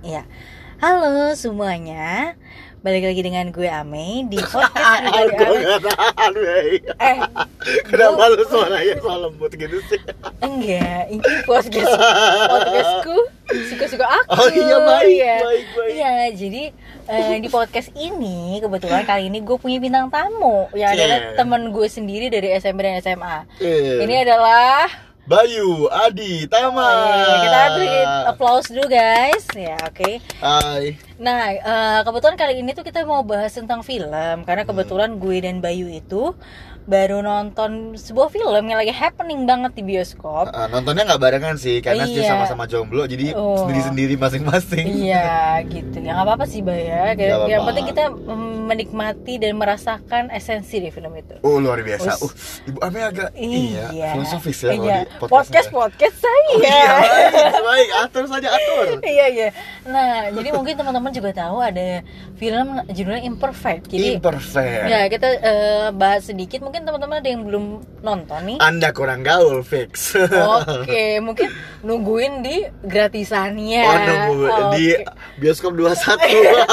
Ya, halo semuanya. Balik lagi dengan gue Ame di podcast Pribadi Gue Ame. gak tahan, wey. Kenapa lu suaranya so lembut gitu sih? Enggak, ini podcastku suka-suka aku. Oh iya, baik. Iya, jadi di podcast ini kebetulan kali ini gue punya bintang tamu yang adalah teman gue sendiri dari SMP dan SMA. Ini adalah Bayu Adi Tama. Kita beri applause dulu guys. Ya, oke. Hai. Nah, kebetulan kali ini tuh kita mau bahas tentang film. Karena kebetulan gue dan Bayu itu baru nonton sebuah film yang lagi happening banget di bioskop. Nontonnya gak barengan sih, karena dia Iya. sama-sama jomblo. Jadi sendiri-sendiri masing-masing. Iya, gitu. Ya nggak apa-apa sih, Bay ya. Nggak apa-apa. Yang penting kita menikmati dan merasakan esensi di film itu. Oh, luar biasa. Ibu Ame agak filosofis ya kalau di podcast saya. Oh iya, baik. Atur saja, atur. Iya. Nah, jadi mungkin teman-teman juga tahu ada film judulnya Imperfect. Jadi Imperfect. ya, kita bahas sedikit. Mungkin teman-teman ada yang belum nonton nih. Anda kurang gaul, fix. Oke, mungkin nungguin di gratisannya. Di bioskop 21.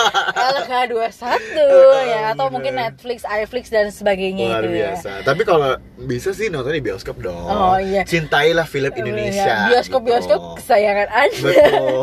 LK21 ya, atau mungkin Netflix, iFlix dan sebagainya. Luar itu biasa. ya. Tapi kalau bisa sih nonton di bioskop dong. Oh iya. Cintailah film Indonesia. Bioskop gitu. kesayangan Anda. Betul.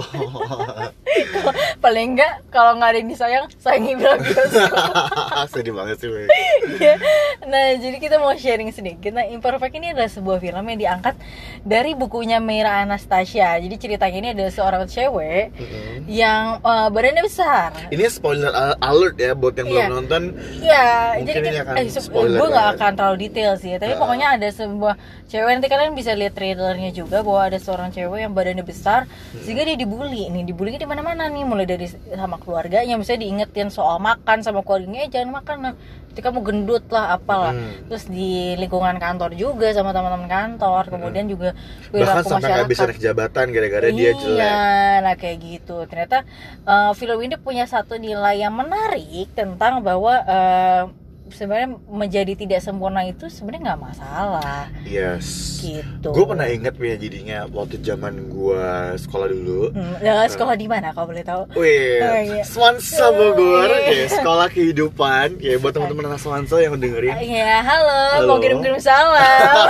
Paling enggak kalau nggak ada yang disayang, sayangi bilang bioskop. Sedih banget sih, Wey. Iya. Nah, jadi kita mau sharing sedikit. Nah, Imperfect ini adalah sebuah film yang diangkat dari bukunya Meira Anastasia. Jadi ceritanya ini adalah seorang cewek yang badannya besar. Ini spoiler alert ya buat yang belum nonton. Iya, Mungkin jadi ini akan spoiler gue nggak banget. akan terlalu detail sih. Tapi pokoknya ada sebuah cewek, nanti kalian bisa lihat trailernya juga, bahwa ada seorang cewek yang badannya besar sehingga dia dibully. Nih dibulinya di mana-mana nih, mulai dari sama keluarganya, misalnya diingetin soal makan sama keluarganya, jangan makan lah, nanti kamu gendut lah, apalah. Terus di lingkungan kantor juga sama teman-teman kantor, kemudian juga Bahkan perilaku sampai nggak bisa naik jabatan gara-gara dia jelek. Iya, nah kayak gitu. Ternyata film ini punya satu nilai yang menarik tentang bahwa sebenarnya menjadi tidak sempurna itu sebenarnya nggak masalah. Yes. Gitu. Gue pernah ingat ya jadinya waktu zaman gue sekolah dulu. Sekolah di mana kalau boleh tahu? Wih, Swansa Bogor, sekolah kehidupan. Ya buat teman-teman anak Swansa yang dengerin. Iya, halo. Mau kirim salam.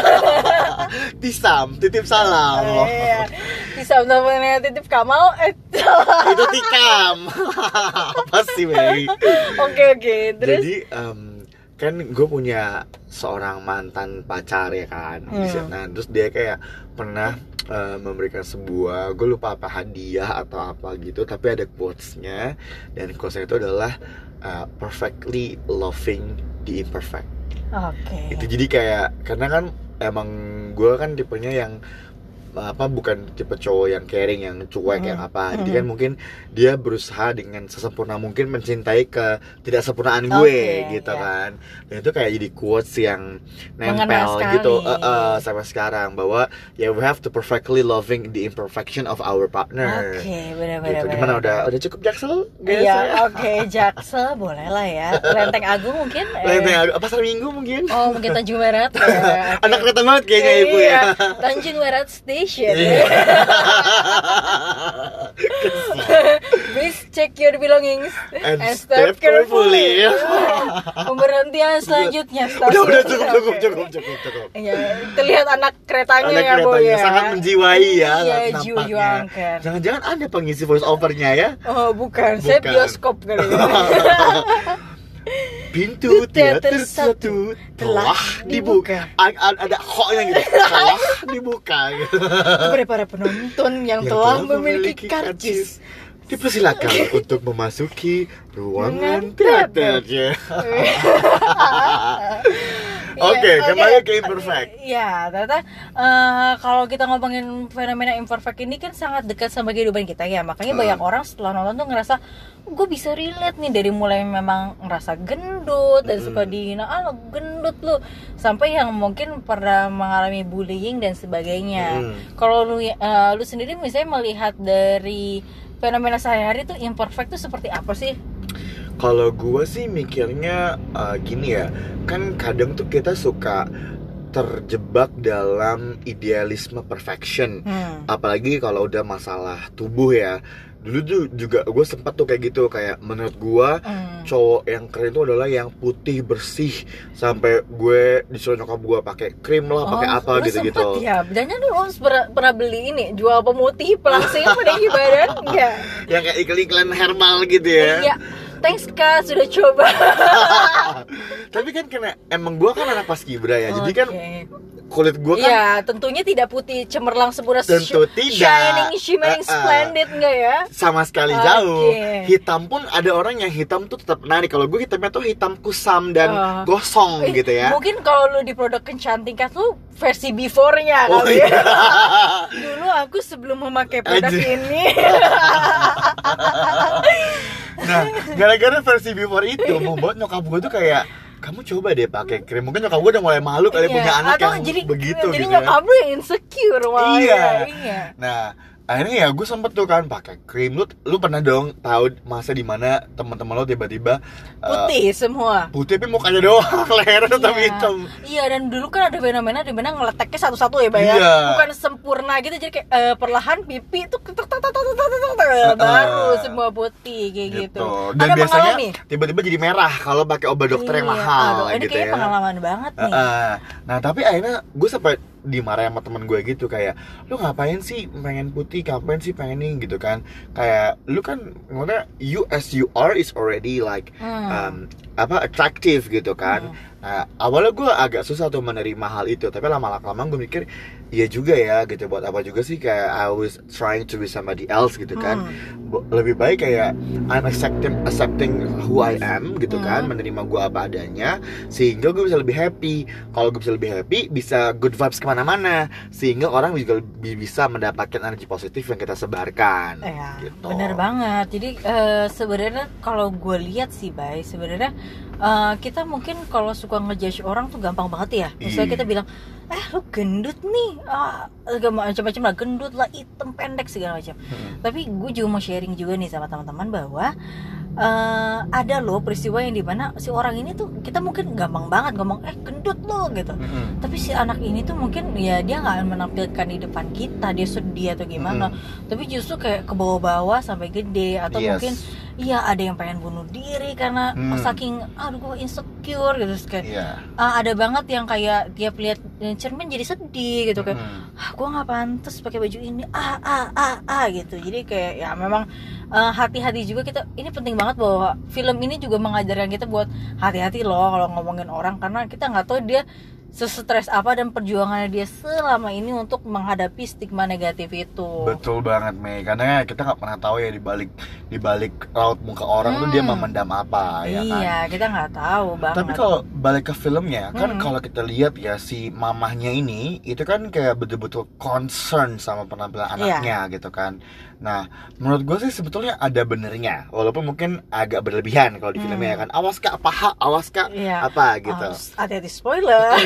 Tisam, titip salam. Iya. Tisam namanya titip Kamal. Itu tikam. Apa sih, Mei? Oke. Terus jadi kan gue punya seorang mantan pacar ya kan. Nah terus dia kayak pernah memberikan sebuah, gue lupa apa, hadiah atau apa gitu, tapi ada quotes-nya, dan quotes-nya itu adalah perfectly loving the imperfect. Itu jadi kayak, karena kan emang gue kan tipenya yang bukan tipe cowok yang caring, yang cuek, yang apa. Jadi kan mungkin dia berusaha dengan sesempurna mungkin mencintai ketidaksempurnaan gue gitu kan. Dan itu kayak jadi quotes yang nempel gitu sampai sekarang, bahwa ya we have to perfectly loving the imperfection of our partner. Benar-benar. Gitu. Gimana, udah cukup Jaksel? Iya, Jaksel boleh lah ya. Lenteng Agung mungkin? Lenteng Agung, Pasar Minggu mungkin? Oh, mungkin Tanjung Barat ya. Anak kereta banget kayaknya ibu ya. Tanjung Barat Station. Please check your belongings and step carefully. Pemberhentian selanjutnya stasiun. Udah cukup. Iya, terlihat anak keretanya ya, Bu ya. Sangat menjiwai ya. Iya, nampaknya. jiwa angker. Jangan-jangan Anda pengisi voice over-nya ya? Oh, bukan. Saya bioskop kali ya. Pintu teater satu telah dibuka. Ada ho-nya gitu. Telah dibuka gitu. Kepada para penonton yang telah memiliki karcis, dipersilakan untuk memasuki ruangan teaternya. Oke, kembali ke Imperfect. Iya, ternyata kalau kita ngomongin fenomena imperfect ini kan sangat dekat sama kehidupan kita ya. Makanya banyak orang setelah nonton tuh ngerasa, gue bisa relate nih, dari mulai memang ngerasa gendut dan suka dihina, lo gendut lu, sampai yang mungkin pernah mengalami bullying dan sebagainya. Kalau lu sendiri misalnya melihat dari fenomena sehari-hari tuh imperfect tuh seperti apa sih? Kalau gue sih mikirnya gini ya, kan kadang tuh kita suka terjebak dalam idealisme perfection, apalagi kalau udah masalah tubuh ya. dulu tuh juga gue sempat tuh kayak gitu, kayak menurut gue cowok yang keren itu adalah yang putih bersih, sampai gue disuruh nyokap gue pakai krim lah, pakai apa gitu-gitu. Ya, jangan lu pernah beli ini jual pemutih pelangsing pada badan enggak? Yang kayak iklan-iklan herbal gitu ya. Iya. Thanks Kak, sudah coba. Tapi kan karena emang gue kan anak paskibra ya, jadi kan kulit gue kan ya tentunya tidak putih cemerlang sempurna, tentu tidak shining, shimmering, splendid enggak ya? Sama sekali jauh. Hitam pun ada orang yang hitam tuh tetap menarik. Kalau gue hitamnya tuh hitam kusam dan gosong gitu ya. Mungkin kalau lu di produk kecantikan tuh versi before-nya kali ya. Dulu aku sebelum memakai produk ini. Nah, gara-gara versi before itu membuat nyokap gue tuh kayak, kamu coba deh pakai krim. Mungkin nyokap gue udah mulai malu kali punya anak atau yang jadi, begitu jadi gitu nyokap ya. lu yang insecure. Iya. Nah, akhirnya ya gue sempet tuh kan pakai krim. Lu pernah dong tahu masa dimana teman-teman lo tiba-tiba putih semua. Putih tapi mukanya doang, lehernya tetap hitam. Iya, dan dulu kan ada fenomena di mana ngeleteknya satu-satu ya, Bay. Bukan sempurna gitu, jadi kayak perlahan pipi tuh baru semua putih kayak gitu. Dan biasanya tiba-tiba jadi merah kalau pakai obat dokter yang mahal ini gitu kayak ya. pengalaman banget nih. Nah, tapi akhirnya gue sampai dimarahin sama temen gue gitu, kayak lu ngapain sih pengen putih, ngapain sih pengen ini gitu kan, kayak lu kan ngomongnya you as you are is already like attractive gitu kan. Nah, awalnya gue agak susah tuh menerima hal itu, tapi lama-lama gue mikir iya juga ya gitu, buat apa juga sih kayak I was trying to be somebody else gitu kan. Lebih baik kayak I'm accepting who I am gitu kan, menerima gue apa adanya, sehingga gue bisa lebih happy. Kalau gue bisa lebih happy, bisa good vibes kemana-mana, sehingga orang juga bisa mendapatkan energi positif yang kita sebarkan. Gitu. Bener banget. Jadi sebenarnya kalau gue lihat sih, Bay, sebenarnya kita mungkin kalau suka ngejudge orang tuh gampang banget ya. Misalnya kita bilang, lu gendut nih, macam-macam lah, gendut lah, hitam, pendek segala macam. Tapi gue juga mau sharing juga nih sama teman-teman bahwa ada loh peristiwa yang dimana si orang ini tuh kita mungkin gampang banget ngomong gendut lo gitu, tapi si anak ini tuh mungkin ya dia nggak menampilkan di depan kita dia sedih atau gimana, tapi justru kayak ke bawah-bawah sampai gede, atau mungkin ada yang pengen bunuh diri karena saking gue insecure gitu kayak ada banget yang kayak tiap lihat cermin jadi sedih gitu, kayak gue nggak pantas pakai baju ini gitu. Jadi kayak ya memang hati-hati juga kita. Ini penting banget bahwa film ini juga mengajarkan kita buat hati-hati loh kalau ngomongin orang, karena kita nggak tahu dia sestres apa dan perjuangannya dia selama ini untuk menghadapi stigma negatif itu. Betul banget, Mei. Karena kita nggak pernah tahu ya di balik raut muka orang tuh dia memendam apa, ya kan? Iya, kita nggak tahu banget. Tapi kalau balik ke filmnya, kan kalau kita lihat ya si mamahnya ini itu kan kayak betul-betul concern sama penampilan anaknya gitu kan. Nah, menurut gue sih sebetulnya ada benernya, walaupun mungkin agak berlebihan kalau di filmnya kan. Awas kak, paha, awas kak, apa gitu. Hati-hati spoiler.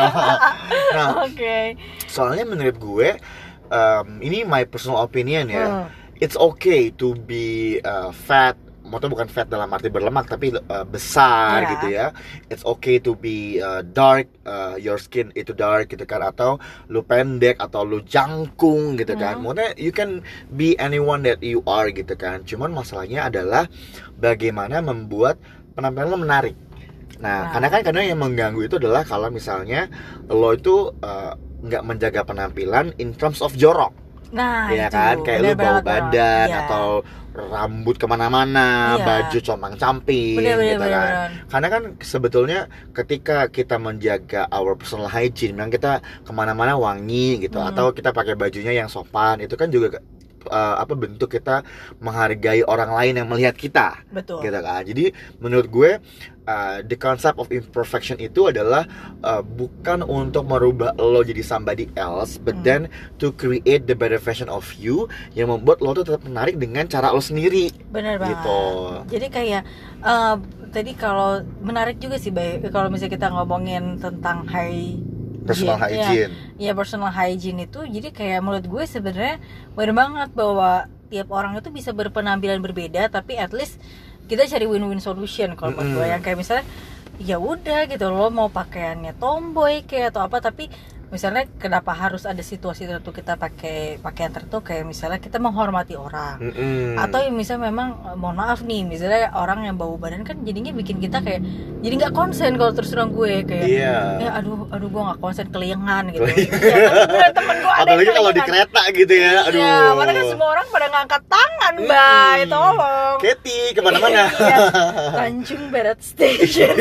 Nah, soalnya menurut gue ini my personal opinion ya, it's okay to be fat. Maksudnya bukan fat dalam arti berlemak, tapi besar gitu ya. It's okay to be dark, your skin itu dark gitu kan, atau lu pendek atau lu jangkung gitu kan. Maksudnya you can be anyone that you are gitu kan. Cuman masalahnya adalah bagaimana membuat penampilan lo menarik. Nah, karena kan kadang yang mengganggu itu adalah kalau misalnya lo itu nggak menjaga penampilan in terms of jorok. Nah, ya kan, kayak lu bau badan atau rambut kemana-mana, baju compang-camping gitu kan. Karena kan sebetulnya ketika kita menjaga our personal hygiene, memang kita kemana-mana wangi gitu, atau kita pakai bajunya yang sopan, itu kan juga bentuk kita menghargai orang lain yang melihat kita. Betul. Gitu kan. Jadi menurut gue the concept of imperfection itu adalah bukan untuk merubah lo jadi somebody else, but then to create the better version of you yang membuat lo tuh tetap menarik dengan cara lo sendiri. Benar banget. Gitu. Jadi kayak tadi kalau menarik juga sih, kalau misalnya kita ngomongin tentang personal hygiene. Ya personal hygiene itu, jadi kayak menurut gue sebenarnya benar banget bahwa tiap orang itu bisa berpenampilan berbeda, tapi at least kita cari win-win solution kalau menurut gue, yang kayak misalnya ya udah gitu, lo mau pakaiannya tomboy kayak atau apa, tapi misalnya kenapa harus ada situasi tertentu kita pakai pakaian tertentu, kayak misalnya kita menghormati orang, atau misalnya memang mohon maaf nih, misalnya orang yang bau badan kan jadinya bikin kita kayak jadi nggak konsen. Kalau terus terang gue kayak ya aduh gue nggak konsen, kelingan gitu. Ya, temen gue ada apalagi kalau di kereta gitu ya, aduh. Iya, mana kan semua orang pada ngangkat tangan, Mbak, tolong. Keti kemana-mana. Iya, Tanjung Barat Station.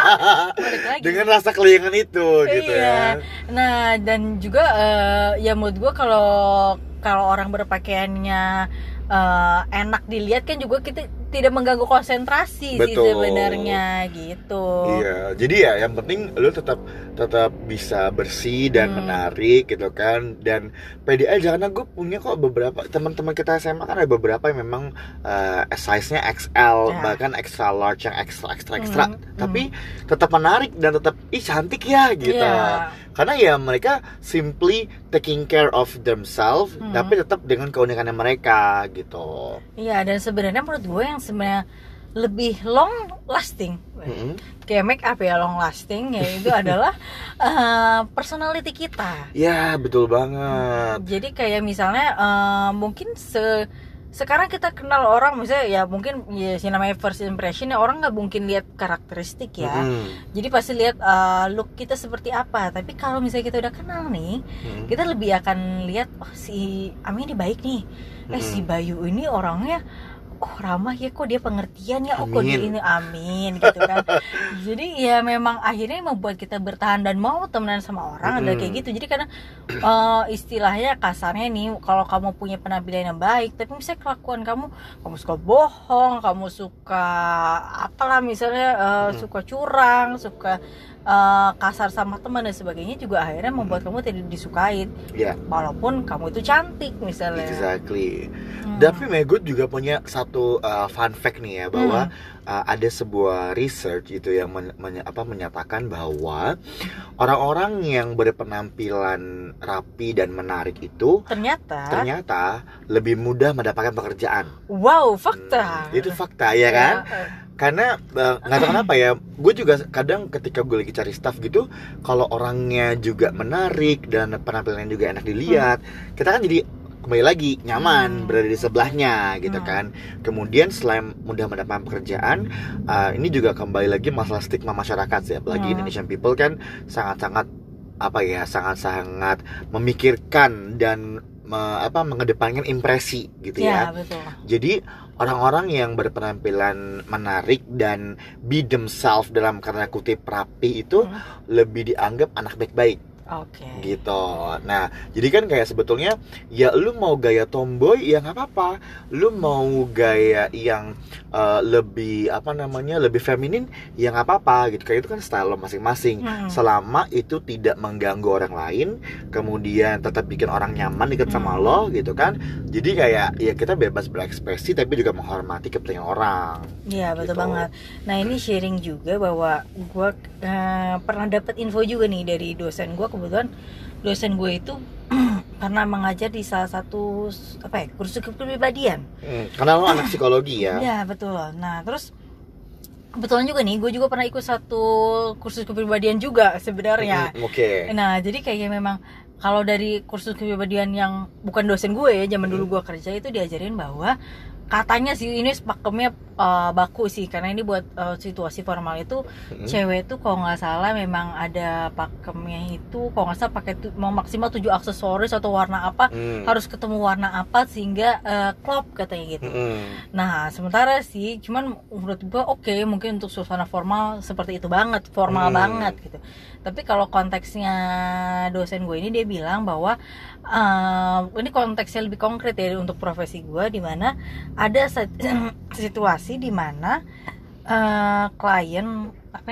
Dengan rasa kelingan itu gitu iya. ya. Nah, dan juga ya menurut gue kalau orang berpakaiannya enak dilihat kan juga kita tidak mengganggu konsentrasi. Betul. Sih sebenarnya gitu. Iya, jadi ya yang penting lu tetap bisa bersih dan menarik gitu kan, dan pede aja. Karena gue punya kok beberapa teman-teman kita SMA kan ada beberapa yang memang size-nya XL, bahkan extra large yang extra, tapi tetap menarik dan tetap cantik ya gitu. Karena ya mereka simply taking care of themselves, tapi tetap dengan keunikannya mereka gitu. Iya, dan sebenarnya menurut gue yang sebenarnya lebih long lasting, kayak make up ya long lasting, yaitu adalah personality kita. Ya betul banget. Jadi kayak misalnya mungkin sekarang kita kenal orang, misalnya ya mungkin ya si namanya first impression ya, orang nggak mungkin lihat karakteristik ya. Jadi pasti lihat look kita seperti apa. Tapi kalau misalnya kita udah kenal nih, kita lebih akan lihat si Ami ini baik nih, si Bayu ini orangnya ramah ya, kok dia pengertian ya, kok dia ini, amin gitu kan. Jadi ya memang akhirnya membuat kita bertahan dan mau temenan sama orang adalah kayak gitu. Jadi karena istilahnya kasarnya nih, kalau kamu punya penampilan yang baik tapi misalnya kelakuan kamu suka bohong, kamu suka apalah misalnya suka curang, suka kasar sama teman dan sebagainya, juga akhirnya membuat kamu tidak disukai, walaupun kamu itu cantik misalnya. Exactly. Tapi Megut juga punya satu fun fact nih ya, bahwa ada sebuah research gitu yang menyatakan bahwa orang-orang yang berpenampilan rapi dan menarik itu ternyata lebih mudah mendapatkan pekerjaan. Wow, fakta. Itu fakta ya kan? Karena nggak tahu kenapa ya, gue juga kadang ketika gue lagi cari staff gitu, kalau orangnya juga menarik dan penampilannya juga enak dilihat, kita kan jadi kembali lagi nyaman berada di sebelahnya gitu kan. Kemudian selain mudah mendapatkan pekerjaan, ini juga kembali lagi masalah stigma masyarakat sih, apalagi Indonesian people kan sangat-sangat sangat-sangat memikirkan dan mengedepankan impresi gitu ya. Betul. Jadi orang-orang yang berpenampilan menarik dan be themselves dalam karena kutip rapi itu lebih dianggap anak baik-baik. Gitu. Nah, jadi kan kayak sebetulnya ya lu mau gaya tomboy ya nggak apa-apa, lu mau gaya yang lebih lebih feminin ya nggak apa-apa gitu. Kayak itu kan style lo masing-masing, selama itu tidak mengganggu orang lain, kemudian tetap bikin orang nyaman deket sama lo gitu kan. Jadi kayak ya kita bebas berekspresi tapi juga menghormati kepentingan orang. Iya betul banget. Nah ini sharing juga bahwa gue pernah dapat info juga nih dari dosen gue. Kebetulan dosen gue itu pernah mengajar di salah satu kursus kepribadian. Karena lo anak psikologi ya. Iya betul. Nah terus kebetulan juga nih, gue juga pernah ikut satu kursus kepribadian juga sebenarnya. Nah jadi kayak memang kalau dari kursus kepribadian yang bukan dosen gue ya, zaman dulu gue kerja itu diajarin bahwa katanya sih ini pakemnya baku sih, karena ini buat situasi formal itu cewek tuh kalau nggak salah memang ada pakemnya itu, kalau nggak salah pakai mau maksimal 7 aksesoris atau warna apa, harus ketemu warna apa sehingga klop katanya gitu. Nah sementara sih cuman menurut gue mungkin untuk suasana formal seperti itu banget, formal banget gitu. Tapi kalau konteksnya dosen gue ini, dia bilang bahwa ini konteksnya lebih konkret ya untuk profesi gue, di mana ada situasi di mana klien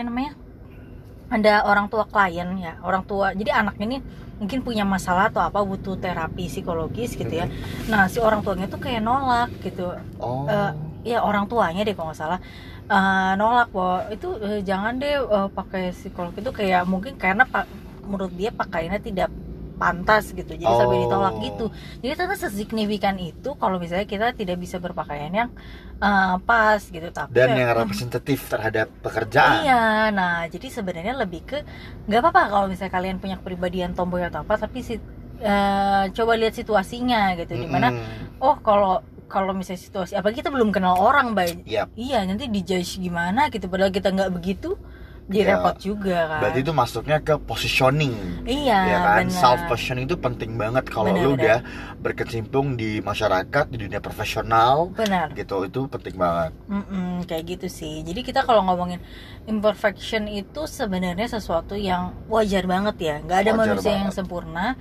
ada orang tua klien ya, orang tua, jadi anaknya ini mungkin punya masalah atau apa, butuh terapi psikologis gitu ya. Nah si orang tuanya tuh kayak nolak gitu. Ya orang tuanya deh kalau nggak salah nolak bahwa itu jangan deh pakai psikolog itu, kayak mungkin karena menurut dia pakaiannya tidak pantas gitu, jadi sampai ditolak gitu. Jadi ternyata sesignifikan itu kalau misalnya kita tidak bisa berpakaian yang pas gitu, tapi dan yang representatif terhadap pekerjaan. iya. Nah jadi sebenarnya lebih ke nggak apa-apa kalau misalnya kalian punya kepribadian tomboy atau apa, tapi coba lihat situasinya gitu, dimana kalau misalnya situasi apa kita belum kenal orang baik, iya nanti dijudge gimana gitu, padahal kita nggak begitu, jadi repot juga kan. Berarti itu masuknya ke positioning. Iya, ya kan? bener. Self positioning itu penting banget kalau lu udah berkecimpung di masyarakat, di dunia profesional. Benar. Gitu, itu penting banget. Kayak gitu sih. Jadi kita kalau ngomongin imperfection itu sebenarnya sesuatu yang wajar banget ya. Nggak ada manusia yang sempurna.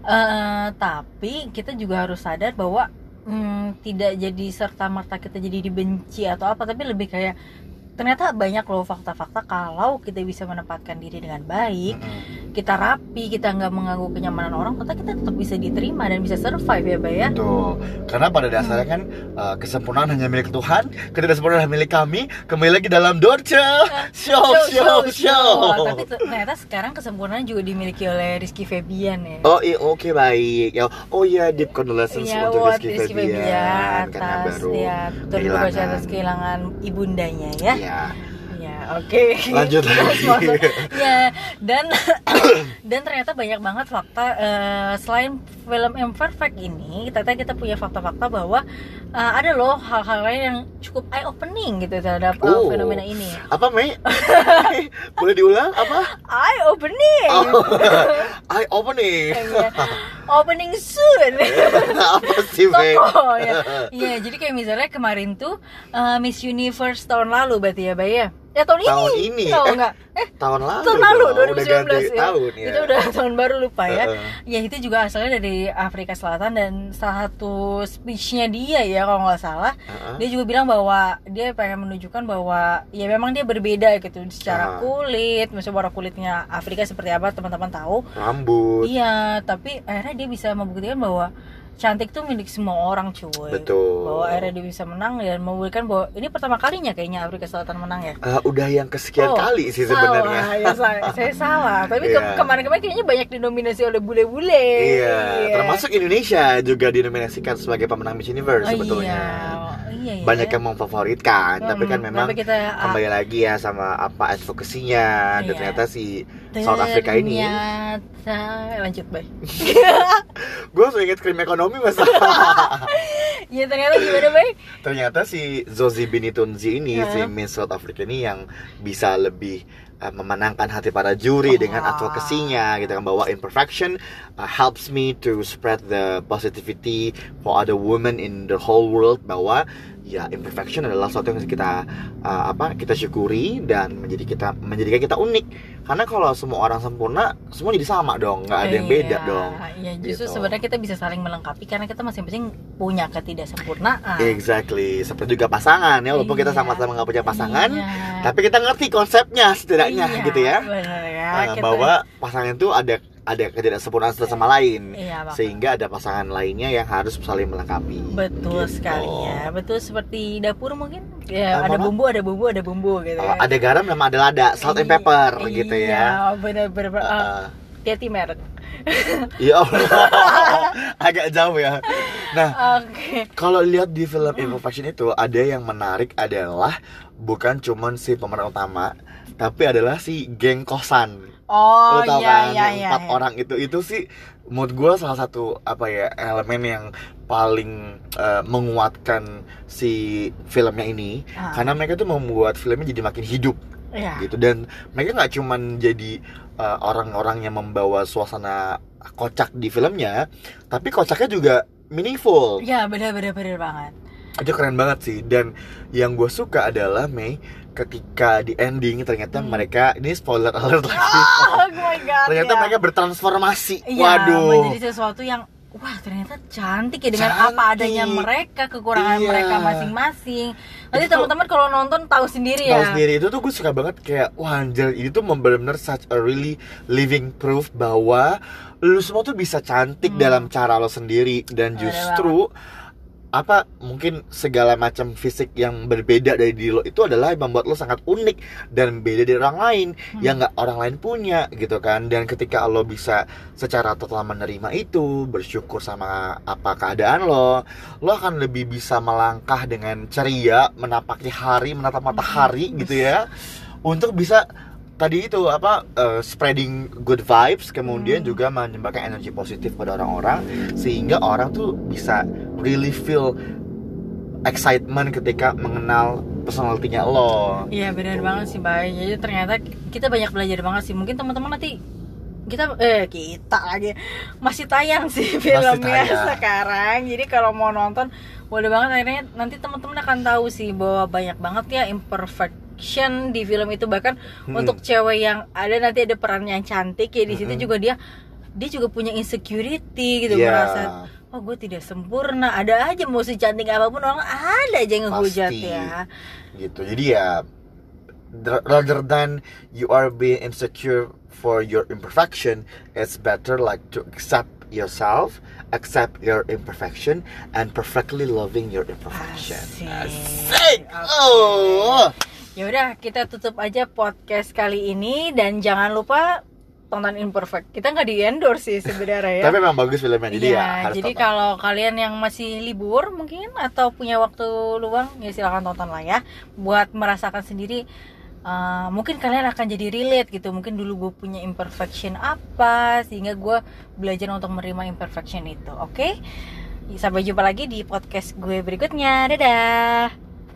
Tapi kita juga harus sadar bahwa tidak jadi serta-merta kita jadi dibenci atau apa, tapi lebih kayak ternyata banyak loh fakta-fakta kalau kita bisa menempatkan diri dengan baik, kita rapi, kita nggak mengganggu kenyamanan orang, ternyata kita tetap bisa diterima dan bisa survive ya Bay ya. Betul, karena pada dasarnya kan kesempurnaan hanya milik Tuhan, ketidaksempurnaan hanya milik kami. Kembali lagi dalam Dorce Show. Tapi ternyata sekarang kesempurnaan juga dimiliki oleh Rizky Febian ya. Oh iya, oke, baik. Oh iya, deep condolences untuk Rizky Febian atas atas kehilangan ibundanya ya. Ya, oke. Lanjut lagi. Ya, dan ternyata banyak banget fakta selain film Imperfect ini, ternyata kita punya fakta-fakta bahwa ada loh hal-hal lain yang cukup eye opening gitu terhadap fenomena ini. Apa, Mei? Boleh diulang apa? Eye opening. Eye opening. Opening soon. Apa sih, Mei? Ya, jadi kayak misalnya kemarin tuh Miss Universe tahun lalu berarti ya, Bay ya? Ya tahun ini. Tahu enggak? Tahun lalu. Tahun lalu 2019 udah ganti ya. Tahun, ya. Itu udah tahun baru, lupa ya. Ya itu juga asalnya dari Afrika Selatan, dan salah satu speech-nya dia ya kalau nggak salah, dia juga bilang bahwa dia pengen menunjukkan bahwa ya memang dia berbeda gitu secara kulit, misalnya warna kulitnya Afrika seperti apa teman-teman tahu. Rambut. Iya, tapi akhirnya dia bisa membuktikan bahwa cantik tuh milik semua orang, cuy. Betul. Bahwa akhirnya dia bisa menang dan membuktikan bahwa ini pertama kalinya kayaknya Afrika Selatan menang ya. Udah yang kesekian kali sih sebenarnya. Ya, saya salah. Tapi kemarin-kemarin kayaknya banyak dinominasi oleh bule-bule. Iya. Termasuk Indonesia juga dinominasikan sebagai pemenang Miss Universe sebetulnya. Iya. Banyak yang memfavoritkan, tapi kan memang kita, kembali lagi ya sama apa advokasinya. Dan ternyata si South Africa ini. Lanjut, Bay. Gue langsung inget krim ekonomi masa. Ya ternyata gimana, Bay? Ternyata si Zozi Binitunzi ini, si Miss South Africa ini yang bisa lebih memenangkan hati para juri dengan advokasinya gitu kan, bahwa imperfection helps me to spread the positivity for other women in the whole world, bahwa ya imperfection adalah sesuatu yang kita syukuri dan menjadikan kita unik. Karena kalau semua orang sempurna, semua jadi sama dong, nggak ada yang beda dong. Iya, justru gitu. Sebenarnya kita bisa saling melengkapi karena kita masing-masing punya ketidaksempurnaan. Exactly, seperti juga pasangan ya, walaupun kita sama-sama nggak punya pasangan, tapi kita ngerti konsepnya setidaknya gitu ya. Benar ya. Bahwa pasangan itu ada ketidaksempurnaan satu sama lain, sehingga ada pasangan lainnya yang harus saling melengkapi. Betul gitu. Sekali ya, betul seperti dapur mungkin ya, ada bumbu gitu ya. Ada garam sama ada lada, salt and pepper gitu ya. Iya, benar-benar hati merek. Iya, agak jauh ya. Nah, kalau lihat di film Imperfection itu, ada yang menarik adalah bukan cuman si pemeran utama, tapi adalah si geng kosan. Lo tau kan, yang 4 orang itu sih menurut gue salah satu elemen yang paling menguatkan si filmnya ini, karena mereka tuh membuat filmnya jadi makin hidup gitu. Dan mereka nggak cuman jadi orang-orang yang membawa suasana kocak di filmnya, tapi kocaknya juga meaningful. Ya, benar banget. Itu keren banget sih. Dan yang gue suka adalah ketika di ending ternyata mereka, ini spoiler alert lagi. Oh my god. Ternyata mereka bertransformasi. Waduh. Menjadi sesuatu yang ternyata cantik ya, dengan apa adanya mereka, kekurangan mereka masing-masing. Nanti teman-teman kalau nonton tahu sendiri ya. Tahu sendiri. Itu tuh gue suka banget, kayak anjir, ini tuh benar-benar such a really living proof bahwa lu semua tuh bisa cantik dalam cara lo sendiri. Dan justru mungkin segala macam fisik yang berbeda dari diri lo itu adalah yang membuat lo sangat unik dan beda dari orang lain yang nggak orang lain punya gitu kan. Dan ketika lo bisa secara total menerima itu, bersyukur sama apa keadaan lo akan lebih bisa melangkah dengan ceria, menapaki hari, menatap matahari gitu ya, untuk bisa tadi itu spreading good vibes, kemudian juga menyebarkan energi positif pada orang-orang, sehingga orang tuh bisa really feel excitement ketika mengenal personality-nya lo. Iya benar banget sih Bay. Jadi ternyata kita banyak belajar banget sih. Mungkin teman-teman nanti kita lagi masih tayang sih filmnya sekarang. Jadi kalau mau nonton boleh banget, akhirnya nanti teman-teman akan tahu sih bahwa banyak banget ya imperfection di film itu. Bahkan untuk cewek yang nanti ada peran yang cantik ya di situ juga dia juga punya insecurity gitu, merasa gue tidak sempurna. Ada aja mau secantik apapun orang ada aja yang ngehujat ya. Gitu. Jadi ya rather than you are being insecure for your imperfection, it's better like to accept yourself, accept your imperfection, and perfectly loving your imperfection. Asik. Oh. Ya udah, kita tutup aja podcast kali ini dan jangan lupa tonton Imperfect. Kita nggak di-endorse sih sebenarnya ya. Tapi memang bagus filmnya, jadi harus jadi tonton. kalau kalian yang masih libur mungkin atau punya waktu luang ya silakan tonton lah ya, buat merasakan sendiri. Mungkin kalian akan jadi relate gitu. Mungkin dulu gue punya imperfection apa, sehingga gue belajar untuk menerima imperfection itu. Oke? Sampai jumpa lagi di podcast gue berikutnya. Dadah.